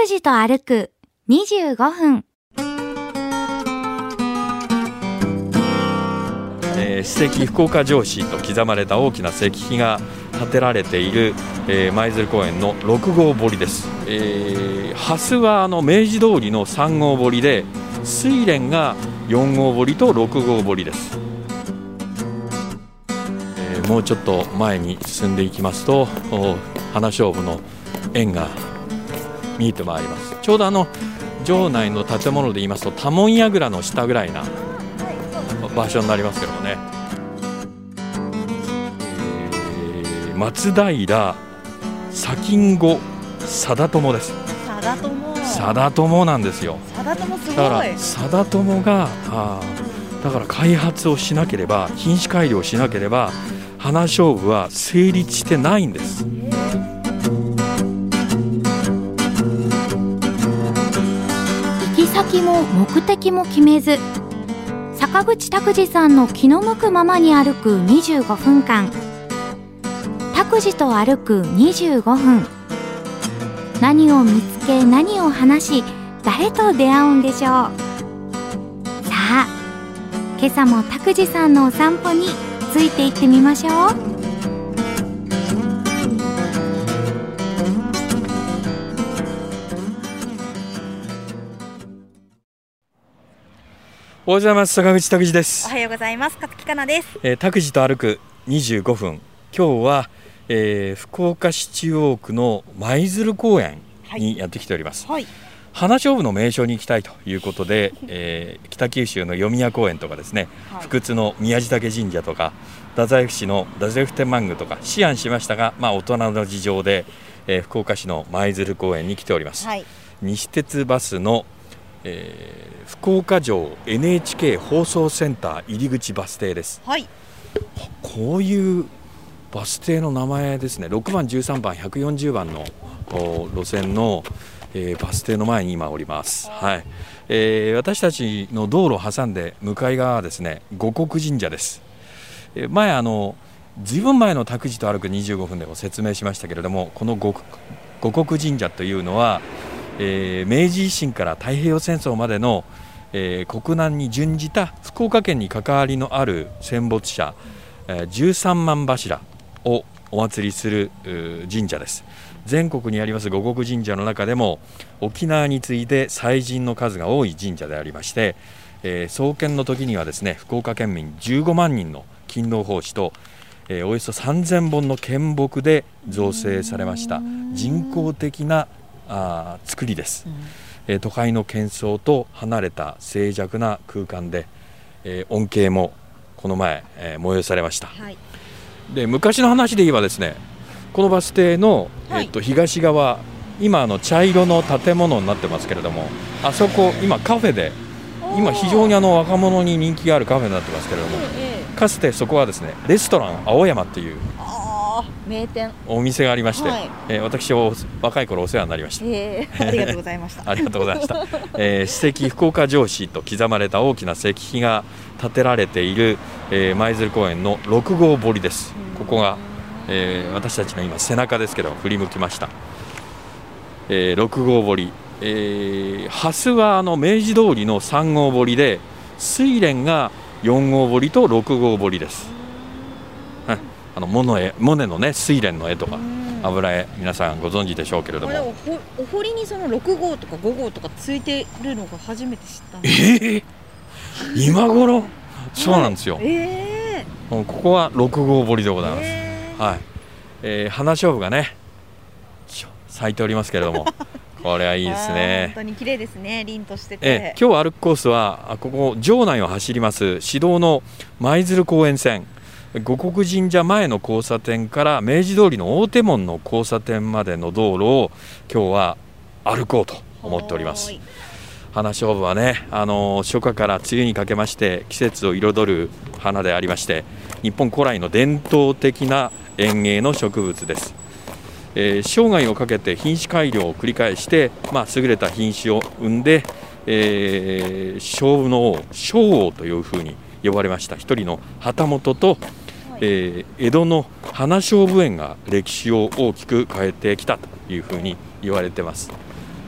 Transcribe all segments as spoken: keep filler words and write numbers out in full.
拓司と歩くにじゅうごふん。 えー、史跡福岡城址と刻まれた大きな石碑が建てられている、えー、舞鶴公園のろくごう堀です。えー、蓮はあの明治通りのさんごう堀で、睡蓮がよんごう堀とろくごう堀です。えー、もうちょっと前に進んでいきますと、花菖蒲の園が見えてまいります。ちょうどあの城内の建物で言いますと多聞櫓の下ぐらいな場所になりますけどもね、えー、松平左近後貞友です。 貞友貞友なんですよ。 貞友すごい。 だから貞友があだから開発をしなければ、品種改良をしなければ花菖蒲は成立してないんです。 行き先も目的も決めず、坂口拓司さんの気の向くままに歩くにじゅうごふんかん。拓司と歩くにじゅうごふん。何を見つけ、何を話し、誰と出会うんでしょう。さあ、今朝も拓司さんのお散歩についていってみましょう。 おはようございます。坂口拓司です。 おはようございます。勝木かなです。 えー、拓司と歩くにじゅうごふん。今日は、えー、福岡市中央区の舞鶴公園にやってきております。 はい、 花菖蒲の名所に行きたいということで、えー、北九州の余宮公園とかですね、はい、福津の宮地嶽神社とか太宰府市の太宰府天満宮とか思案しましたが、まあ、大人の事情で、えー、福岡市の舞鶴公園に来ております。はい、西鉄バスのえー、福岡城 エヌエイチケー 放送センター入り口バス停です。 はい、 こういうバス停の名前ですね。ろくばんじゅうさんばんひゃくよんじゅうばんの路線の、えー、バス停の前に今おります。はい、えー、私たちの道路を挟んで向かい側はですね、五穀神社です。えー、前あのずいぶん前の拓司と歩くにじゅうごふんでも説明しましたけれども、この五穀神社というのはえー、明治維新から太平洋戦争までの、えー、国難に準じた福岡県に関わりのある戦没者、えー、じゅうさんまん柱をお祭りする神社です。全国にあります五穀神社の中でも沖縄に次いで祭神の数が多い神社でありまして、えー、創建の時にはですね、福岡県民じゅうごまんにんの勤労奉仕と、えー、およそさんぜんぼんの献木で造成されました人工的なあ作りです。うん、えー、都会の喧騒と離れた静寂な空間で、えー、恩恵もこの前、えー、催されました。はい、で昔の話で言えばですね、このバス停の、はい、えー、と東側、今あの茶色の建物になってますけれども、あそこ今カフェで、今非常にあの若者に人気があるカフェになってますけれども、えー、かつてそこはですね、レストラン青山っていう名店お店がありまして、はい、えー、私は若い頃お世話になりました。 えー、ありがとうございましたありがとうございました。えー、史跡福岡城址と刻まれた大きな石碑が建てられている、えー、舞鶴公園のろくごう堀です。ここが、えー、私たちの今背中ですけど振り向きました。えー、ろくごう堀、えー、蓮はあの明治通りのさんごう堀で、睡蓮がよんごう堀とろくごう堀です。あのモノ絵モネのね、睡蓮の絵とか油絵、皆さんご存知でしょうけれども、 お, お堀にそのろくごうとかごごうとかついてるのが初めて知ったんです。えー、今頃そうなんですよ。 えー、 ここはろくごう堀でございます。えー、はい、えー、花菖蒲がね咲いておりますけれどもこれはいいですね。 本当に綺麗ですね。凛としてて、 えー、今日歩くコースはここ城内を走ります市道の舞鶴公園線、五穀神社前の交差点から明治通りの大手門の交差点までの道路を今日は歩こうと思っております。花菖蒲はね、あの初夏から梅雨にかけまして季節を彩る花でありまして、日本古来の伝統的な園芸の植物です。えー、生涯をかけて品種改良を繰り返して、まあ、優れた品種を生んで、えー、菖蒲の王、菖王というふうに呼ばれました一人の旗本と、えー、江戸の花菖蒲園が歴史を大きく変えてきたというふうに言われています。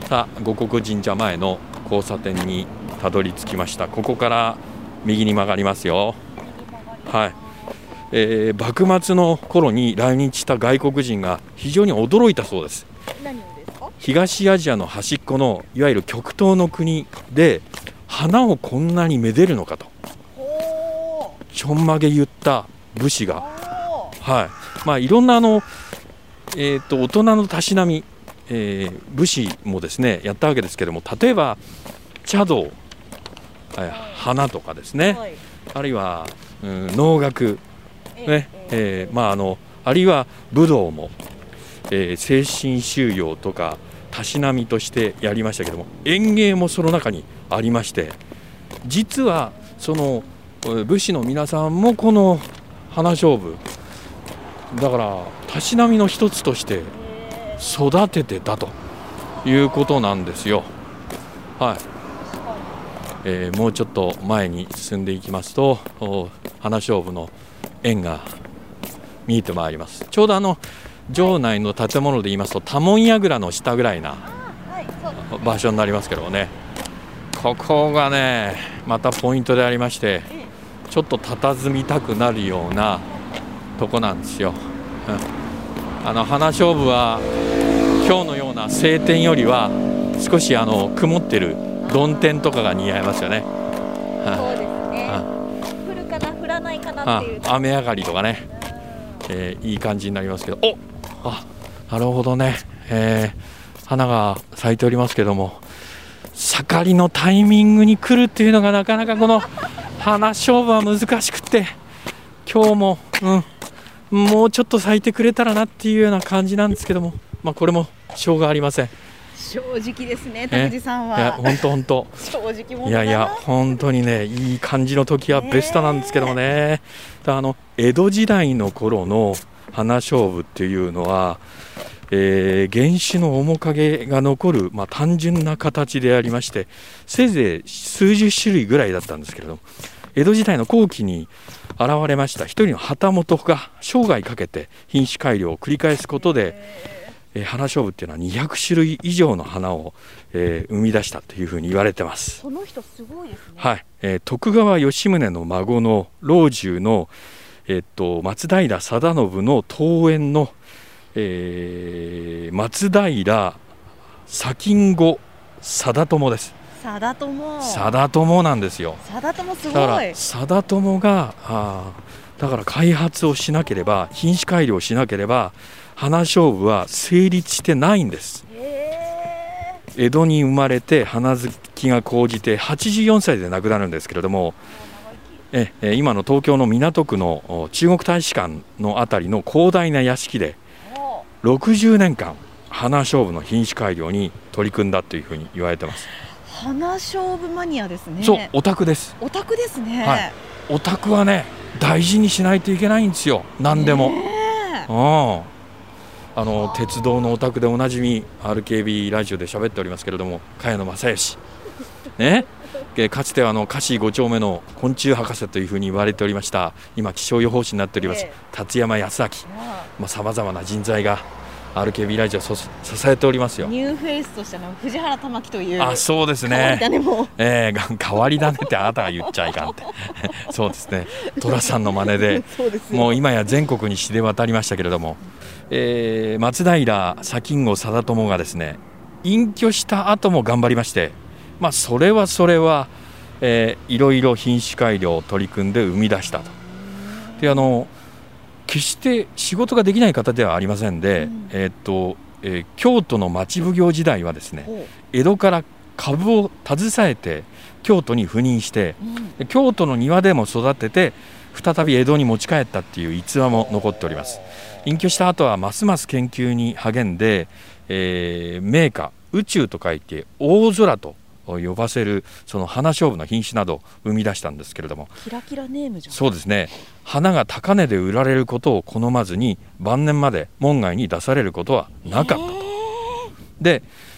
さあ護国神社前の交差点にたどり着きました。ここから右に曲がりますよ。はい、えー、幕末の頃に来日した外国人が非常に驚いたそうです。 何をですか？ 東アジアの端っこのいわゆる極東の国で花をこんなにめでるのかとちょんまげ言った武士が、はいまあ、いろんなあの、えー、と大人のたしなみ、えー、武士もですねやったわけですけども、例えば茶道、花とかですね、はい、あるいは、うん、能楽、ねえーまあ、あのあるいは武道も、えー、精神修養とかたしなみとしてやりましたけども、演芸もその中にありまして、実はその武士の皆さんもこの花菖蒲だからたしなみの一つとして育ててたということなんですよ。はい、えー、もうちょっと前に進んでいきますと花菖蒲の園が見えてまいります。ちょうどあの城内の建物で言いますと多聞櫓の下ぐらいな場所になりますけどもね、ここがねまたポイントでありまして、ちょっと佇みたくなるようなとこなんですよ。うん、あの花菖蒲は今日のような晴天よりは少しあの曇ってる曇天とかが似合いますよね。 そうですね。降るかな降らないかなっていう雨上がりとかね、えー、いい感じになりますけど、おあなるほどね、えー、花が咲いておりますけども、盛りのタイミングに来るっていうのがなかなかこの花菖蒲は難しくて、今日も、うん、もうちょっと咲いてくれたらなっていうような感じなんですけども、まあ、これもしょうがありません。 正直ですね、拓司さんは。 いや本当本当正直者だな。 いやいや本当にねいい感じの時はベストなんですけどもね。あの江戸時代の頃の花菖蒲っていうのは、えー、原種の面影が残る、まあ、単純な形でありまして、せいぜい数十種類ぐらいだったんですけれども、江戸時代の後期に現れました一人の旗本が生涯かけて品種改良を繰り返すことで、えー、花菖蒲っていうのはにひゃくしゅるい以上の花を、えー、生み出したというふうに言われてます。 その人すごいですね。 はい、えー、徳川吉宗の孫の老中の、えー、っと松平定信の遠縁の、えー、松平左近後貞友です。 貞友貞友なんですよ。 貞友すごい。 だから貞友があだから開発をしなければ、品種改良をしなければ花菖蒲は成立してないんです。江戸に生まれて花好きが高じてはちじゅうよんさいで亡くなるんですけれども、ええ今の東京の港区の中国大使館のあたりの広大な屋敷でろくじゅうねんかん花菖蒲の品種改良に取り組んだというふうに言われてます。 花菖蒲マニアですね。 そう、オタクです。 オタクですね。 はい、オタクはね大事にしないといけないんですよ、何でも。うんあの鉄道のオタクでおなじみ アールケービー ラジオで喋っておりますけれども、茅野正義、ね、かつてはあの香椎ご丁目の昆虫博士というふうに言われておりました、今気象予報士になっております辰山康明、さまざ、まな人材が アールケービー ラジオを支えておりますよ。 ニューフェイスとしての藤原玉樹という。 あ、そうですね。 変わり種も、 えー、変わり種ってあなたが言っちゃいかんってそうですね、寅さんの真似でもう今や全国に知れ渡りましたけれども、えー、松平左近後貞友がですね隠居した後も頑張りまして、まあ、それはそれは、えー、いろいろ品種改良を取り組んで生み出したと。であの決して仕事ができない方ではありませんで、うんえーっとえー、京都の町奉行時代はですね江戸から株を携えて京都に赴任して、うん、京都の庭でも育てて再び江戸に持ち帰ったっていう逸話も残っております。隠居した後はますます研究に励んで、えー、名花宇宙と書いて大空と呼ばせるその花菖蒲の品種などを生み出したんですけれども、 キラキラネームじゃん。 そうですね、花が高値で売られることを好まずに晩年まで門外に出されることはなかったと。で、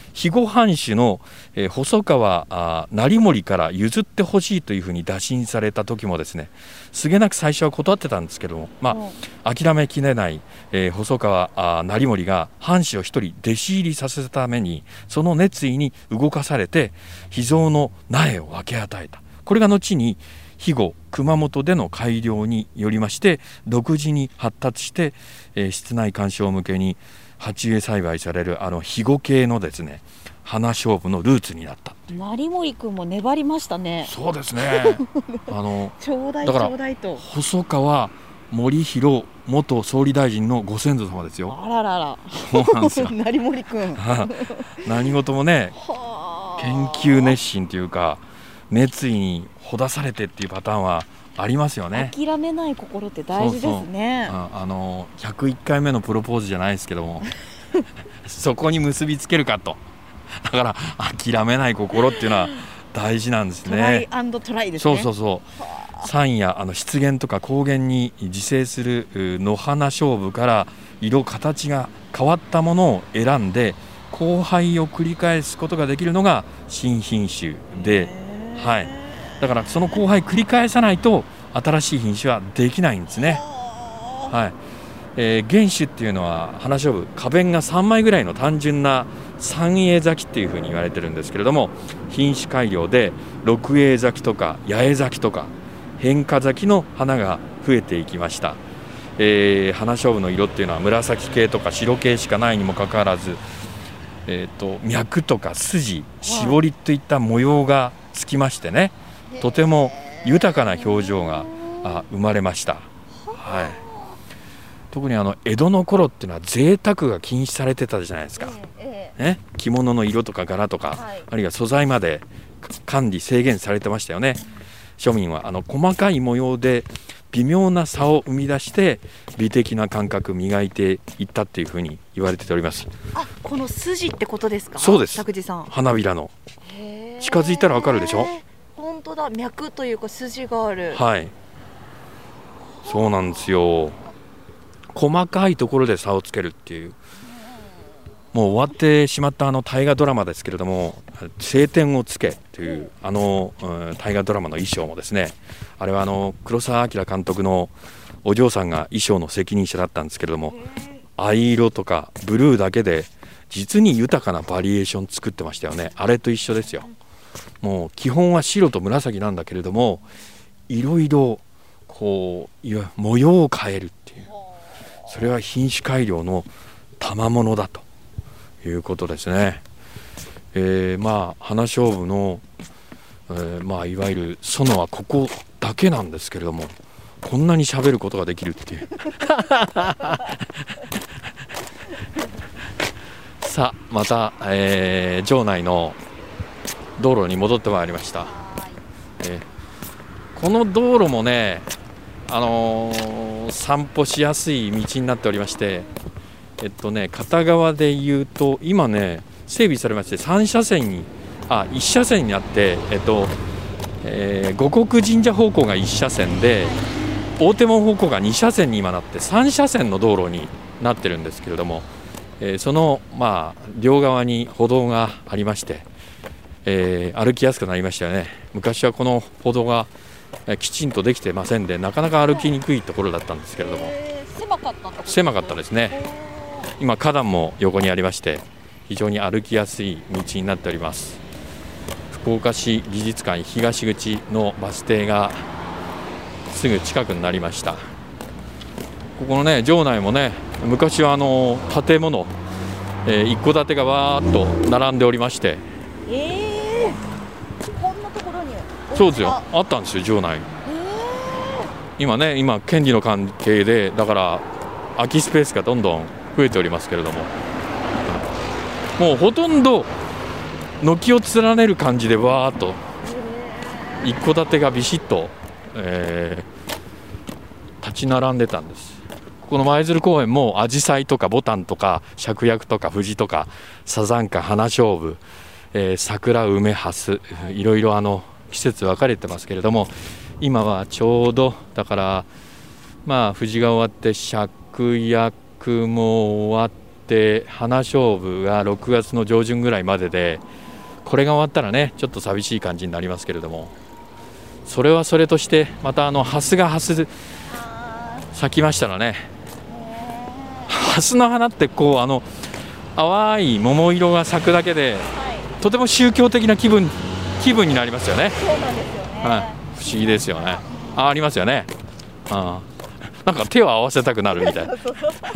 肥後藩主の、えー、細川あ成盛から譲ってほしいというふうに打診された時もですね、すげなく最初は断ってたんですけども、まあ、諦めきれない、えー、細川あ成盛が藩主を一人弟子入りさせたために、その熱意に動かされて秘蔵の苗を分け与えた。これが後に肥後熊本での改良によりまして独自に発達して、えー、室内観賞向けに鉢植え栽培されるあの肥後系のですね花勝負のルーツになった。 成森くんも粘りましたね。 そうですねあのちょうだいちだからょうだいと。 細川森弘元総理大臣のご先祖様ですよ。 あらららそうなんですよ成森くん何事もね研究熱心というか熱意にほだされてっていうパターンはありますよね。 諦めない心って大事ですね。 そうそう あ, あのひゃくいっかいめのプロポーズじゃないですけどもそこに結びつけるかと。だから諦めない心っていうのは大事なんですね。 トライアンドトライですね。 そうそうそう山野あの湿原とか高原に自生する野花勝負から色形が変わったものを選んで交配を繰り返すことができるのが新品種で、はい、だからその交配繰り返さないと新しい品種はできないんですね。はいえー、原種っていうのは花勝負花弁がさんまいぐらいの単純な三栄咲きっていうふうに言われてるんですけれども、品種改良で六栄咲きとか八重咲きとか変化咲きの花が増えていきました。えー、花勝負の色っていうのは紫系とか白系しかないにもかかわらず、えー、と脈とか筋絞りといった模様がつきましてね、とても豊かな表情があ生まれました。はい、特にあの江戸の頃っていうのは贅沢が禁止されてたじゃないですか、ええね、着物の色とか柄とか、はい、あるいは素材まで管理制限されてましたよね。庶民はあの細かい模様で微妙な差を生み出して美的な感覚磨いていったっていうふうに言われております。 あ、この筋ってことですか？ そうです。 拓司さん、 花びらの近づいたらわかるでしょ。 本当だ、脈というか筋がある。 はい、そうなんですよ。細かいところで差をつけるっていう、もう終わってしまったあの大河ドラマですけれども、青天をつけというあの、うん、大河ドラマの衣装もですね、あれはあの黒澤明監督のお嬢さんが衣装の責任者だったんですけれども、藍色とかブルーだけで実に豊かなバリエーション作ってましたよね。あれと一緒ですよ。もう基本は白と紫なんだけれども、いろいろこういわ模様を変えるっていう、それは品種改良の賜物だということですね。えー、まあ花勝負の、えー、まあいわゆる園はここだけなんですけれども、こんなに喋ることができるっていうさあまた、えー、城内の道路に戻ってまいりました。えー、この道路もね、あのー、散歩しやすい道になっておりまして、えっとね片側で言うと今ね整備されましてさん車線にあいち車線になって、えっとえー、五穀神社方向がいち車線で大手門方向がに車線に今なってさん車線の道路になってるんですけれども、えー、そのまあ両側に歩道がありまして、えー、歩きやすくなりましたよね。昔はこの歩道がきちんとできてませんで、なかなか歩きにくいところだったんですけれども、 狭かったって狭かったですね。今花壇も横にありまして非常に歩きやすい道になっております。福岡市美術館東口のバス停がすぐ近くになりました。ここのね城内もね、昔はあの建物、えー、一戸建てがわーっと並んでおりまして、 えー、こんなところにそうですよ、あったんですよ城内、えー、今ね今権利の関係でだから空きスペースがどんどん増えておりますけれども、もうほとんど軒を連ねる感じでわーっと一戸建てがビシッと、えー、立ち並んでたんです。この舞鶴公園もアジサイとかボタンとか芍薬とか藤とかサザンカ花菖蒲、えー、桜梅ハス、いろいろあの季節分かれてますけれども、今はちょうどだからまあ藤が終わって芍薬も終わっって花勝負がろくがつの上旬ぐらいまでで、これが終わったらねちょっと寂しい感じになりますけれども、それはそれとしてまたあのハスがハス咲きましたらね、ハスの花ってこうあの淡い桃色が咲くだけで、はい、とても宗教的な気分気分になりますよね。 そうなんですよね、 はい、不思議ですよね。 あ, ありますよね。あなんか手を合わせたくなるみたいな不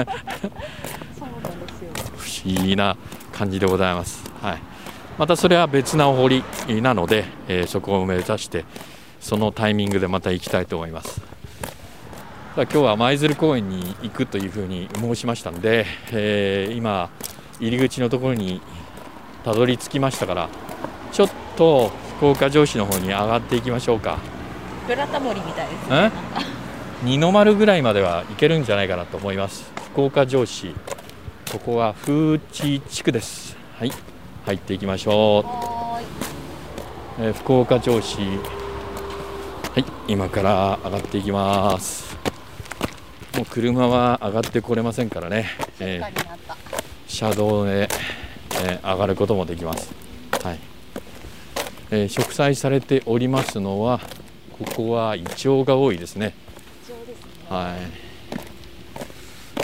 思議な感じでございます。はい、またそれは別なお堀なので、えー、そこを目指してそのタイミングでまた行きたいと思います。今日は舞鶴公園に行くというふうに申しましたので、えー、今入り口のところにたどり着きましたから、ちょっと福岡城址の方に上がっていきましょうか。 ブラタモリみたいですね。 二の丸ぐらいまでは行けるんじゃないかなと思います。福岡城址、ここは風知地区です。はい、入っていきましょう。えー、福岡城址、はい、今から上がっていきます。もう車は上がってこれませんからね、えー、車道で、えー、上がることもできます。はい、えー、植栽されておりますのは、ここはイチョウが多いですね。はい、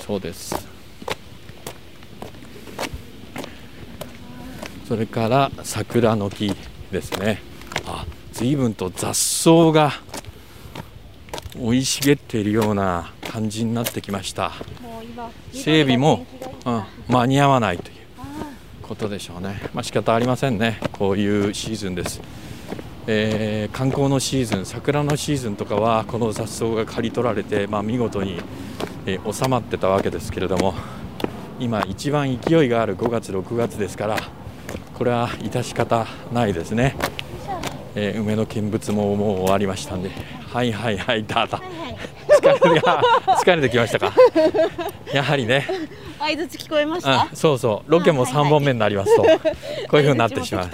そうです。それから桜の木ですね。あ、随分と雑草が生い茂っているような感じになってきました。もう今整備も、うん、間に合わないということでしょうね。まあ、仕方ありませんね。こういうシーズンです。えー、観光のシーズン、桜のシーズンとかはこの雑草が刈り取られて、まあ、見事に、えー、収まってたわけですけれども、今一番勢いがあるごがつろくがつですから、これは致し方ないですね。えー、梅の見物ももう終わりましたんで、はいはいはいだだ、疲れて疲れてきましたか。やはりね、 相槌聞こえました。 そうそう、ロケもさんぼんめになりますと、はいはいはい、こういう風になってしまう。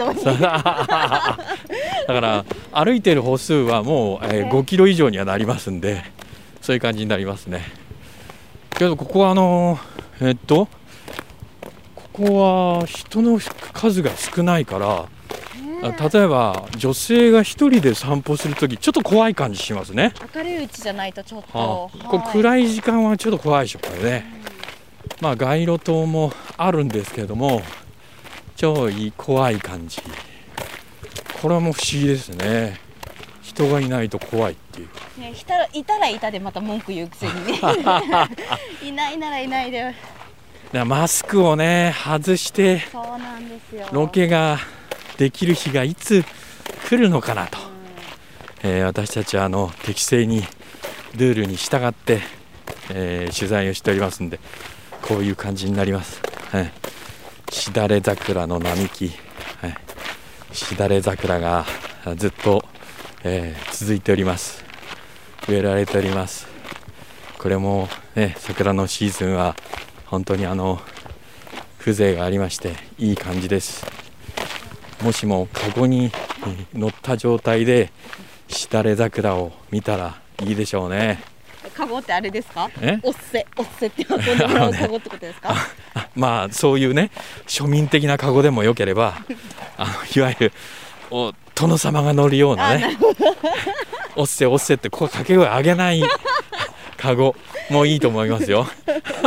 だから歩いている歩数はもう、えー、ごキロ以上にはなりますんで、そういう感じになりますね。けどここはあのー、えっとここは人の数が少ないから、例えば女性が一人で散歩するときちょっと怖い感じしますね。 明るいうちじゃないとちょっと、 はあ、こう暗い時間はちょっと怖いでしょうからね。まあ街路灯もあるんですけれども、超いい怖い感じ。これはもう不思議ですね。人がいないと怖いっていう、 ね、いたらいたらいたでまた文句言うくせにねいないならいないで、 マスクをね外してそうなんですよ、 ロケができる日がいつ来るのかなと、うん、えー、私たちはあの適正にルールに従って、えー、取材をしておりますんで、こういう感じになります。はい、しだれ桜の並木、はい、しだれ桜がずっと、えー、続いております。植えられております。これも、ね、桜のシーズンは本当にあの風情がありましていい感じです。もしもカゴに乗った状態でしだれ桜を見たらいいでしょうね。 カゴってあれですか？おっせおっせって運んでもらうカゴってことですか？ まあそういうね庶民的なカゴでもよければあのいわゆるお殿様が乗るようなねおっせおっせってここ掛け声上げないカゴもいいと思いますよ。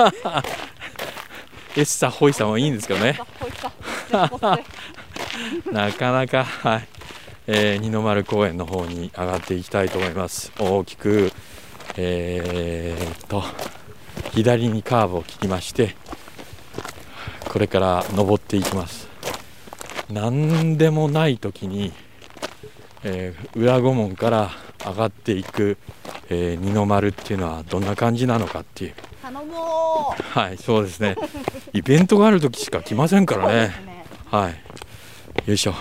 エッサホイさんはいいんですけどねなかなか、はい、えー、二の丸公園の方に上がっていきたいと思います。大きく、えー、っと左にカーブを切りまして、これから登っていきます。何でもない時に、えー、裏御門から上がっていく、えー、二の丸っていうのはどんな感じなのかっていう。 頼もう。 はい、そうですね。イベントがある時しか来ませんからね。ね、はい。よいしょ。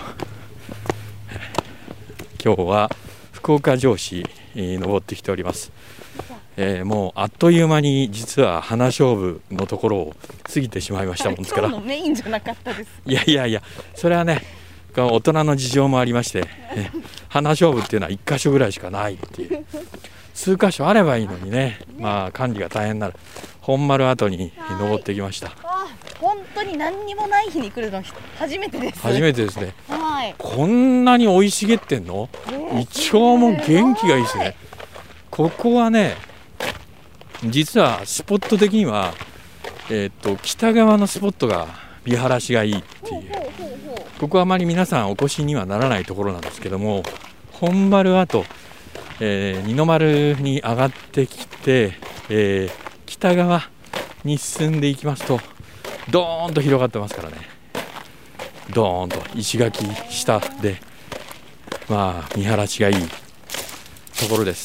今日は福岡城址に登ってきております。えー、もうあっという間に実は花勝負のところを過ぎてしまいましたもんですから。 今日のメインじゃなかったです。 いやいやいや、それはね、大人の事情もありまして、え花勝負っていうのはいっかしょぐらいしかないっていう。数箇所あればいいのにね、まあ管理が大変になる。本丸跡に登ってきました。 本当に何にもない日に来るの初めてです。 初めてですね。 はい。 こんなに生い茂ってんの？ えー、 イチョウも元気がいいですね。ここはね、実はスポット的には、えー、っと北側のスポットが見晴らしがいいっていう。ここはあまり皆さんお越しにはならないところなんですけども、本丸跡、えー、二の丸に上がってきて、えー、北側に進んでいきますとドーンと広がってますからね。ドーンと石垣下で、まあ見晴らしがいいところです。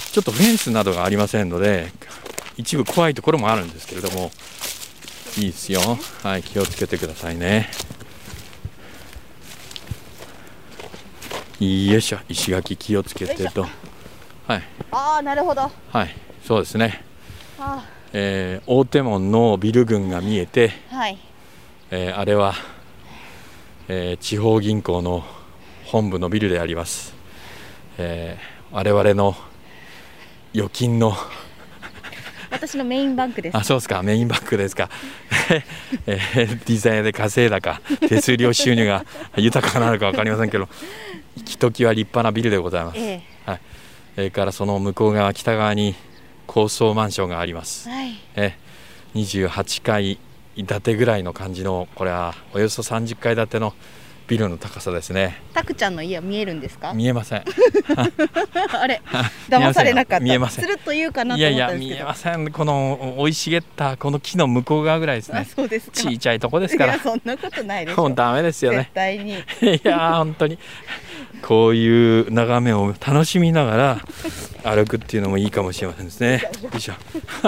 ちょっとフェンスなどがありませんので一部怖いところもあるんですけれども、いいですよ。はい、気をつけてくださいね。よいしょ、石垣気をつけてと。はい。 ああ、なるほど。 はい、そうですね。 あ、 えー、大手門のビル群が見えて、 はい、 えー、あれは、えー、地方銀行の本部のビルであります。えー、我々の預金の私のメインバンクです。 あ、そうですか、メインバンクですか。えー、デザインで稼いだか手数料収入が豊かなのか分かりませんけど、ひときわ立派なビルでございます。えーはい、それからその向こう側北側に高層マンションがあります。はい、えにじゅうはちかい建てぐらいの感じの、これはおよそさんじゅっかい建てのビルの高さですね。 タクちゃんの家は見えるんですか？ 見えません。 あれ、騙されなかった。 見えません。 するというかなと思ったんですけど。 いやいや見えません。この生い茂ったこの木の向こう側ぐらいですね。 あ、そうですか。 ちいちゃいとこですから。 いや、そんなことないですよ。 もうダメですよね。 絶対に。 いや本当にこういう眺めを楽しみながら歩くっていうのもいいかもしれませんですね。よいしょ。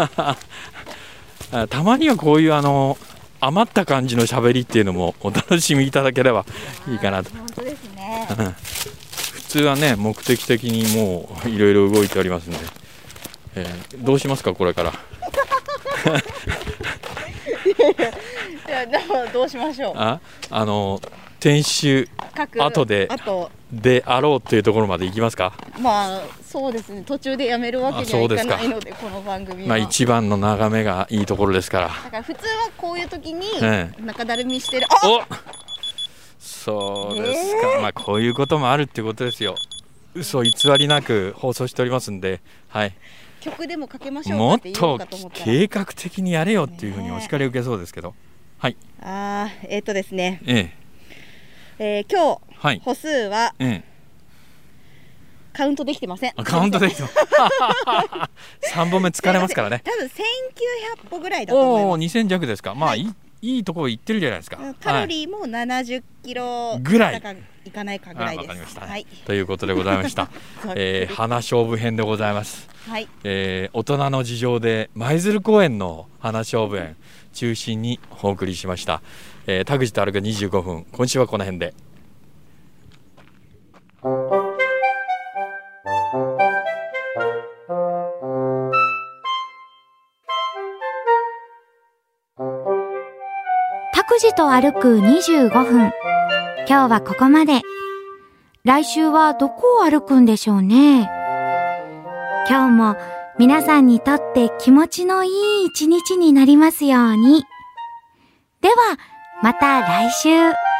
たまにはこういうあの余った感じの喋りっていうのもお楽しみいただければいいかなと。 本当ですね。 普通はね目的的にもういろいろ動いておりますので、えー、どうしますかこれから。 いやいやどうしましょう。 あ、あの天守後でであろうというところまで行きますか。 まあそうですね、途中でやめるわけにはいかないので、この番組は、 まあ、一番の眺めがいいところですから。 だから普通はこういう時に中だるみしてる、 うん、おそうですか、えー、まあこういうこともあるっていうことですよ。嘘偽りなく放送しておりますんで、はい、 曲でもかけましょうかって言おうかと思ったら、 もっと計画的にやれよっていうふうにお叱りを受けそうですけど、はい、 あーえー、っとですね、 えええー、今日、はい、歩数は、 ええ、 カウントできてません。 カウントできてません。さんぼんめ疲れますからね。 多分せんきゅうひゃくぽぐらいだと思います。 おお、にせん弱ですか。まあ、はい、いいいいところ行ってるじゃないですか。 カロリーもななじゅっキロぐらいいかないかぐらいです。 わかりました、 はい、 ということでございました。えー、花勝負編でございます。 はい、 えー、大人の事情で舞鶴公園の花勝負園中心にお送りしました。えー、田口と歩くにじゅうごふん、今週はこの辺で。 田口と歩くにじゅうごふん、今日はここまで。来週はどこを歩くんでしょうね。今日も皆さんにとって気持ちのいい一日になりますように。ではまた来週。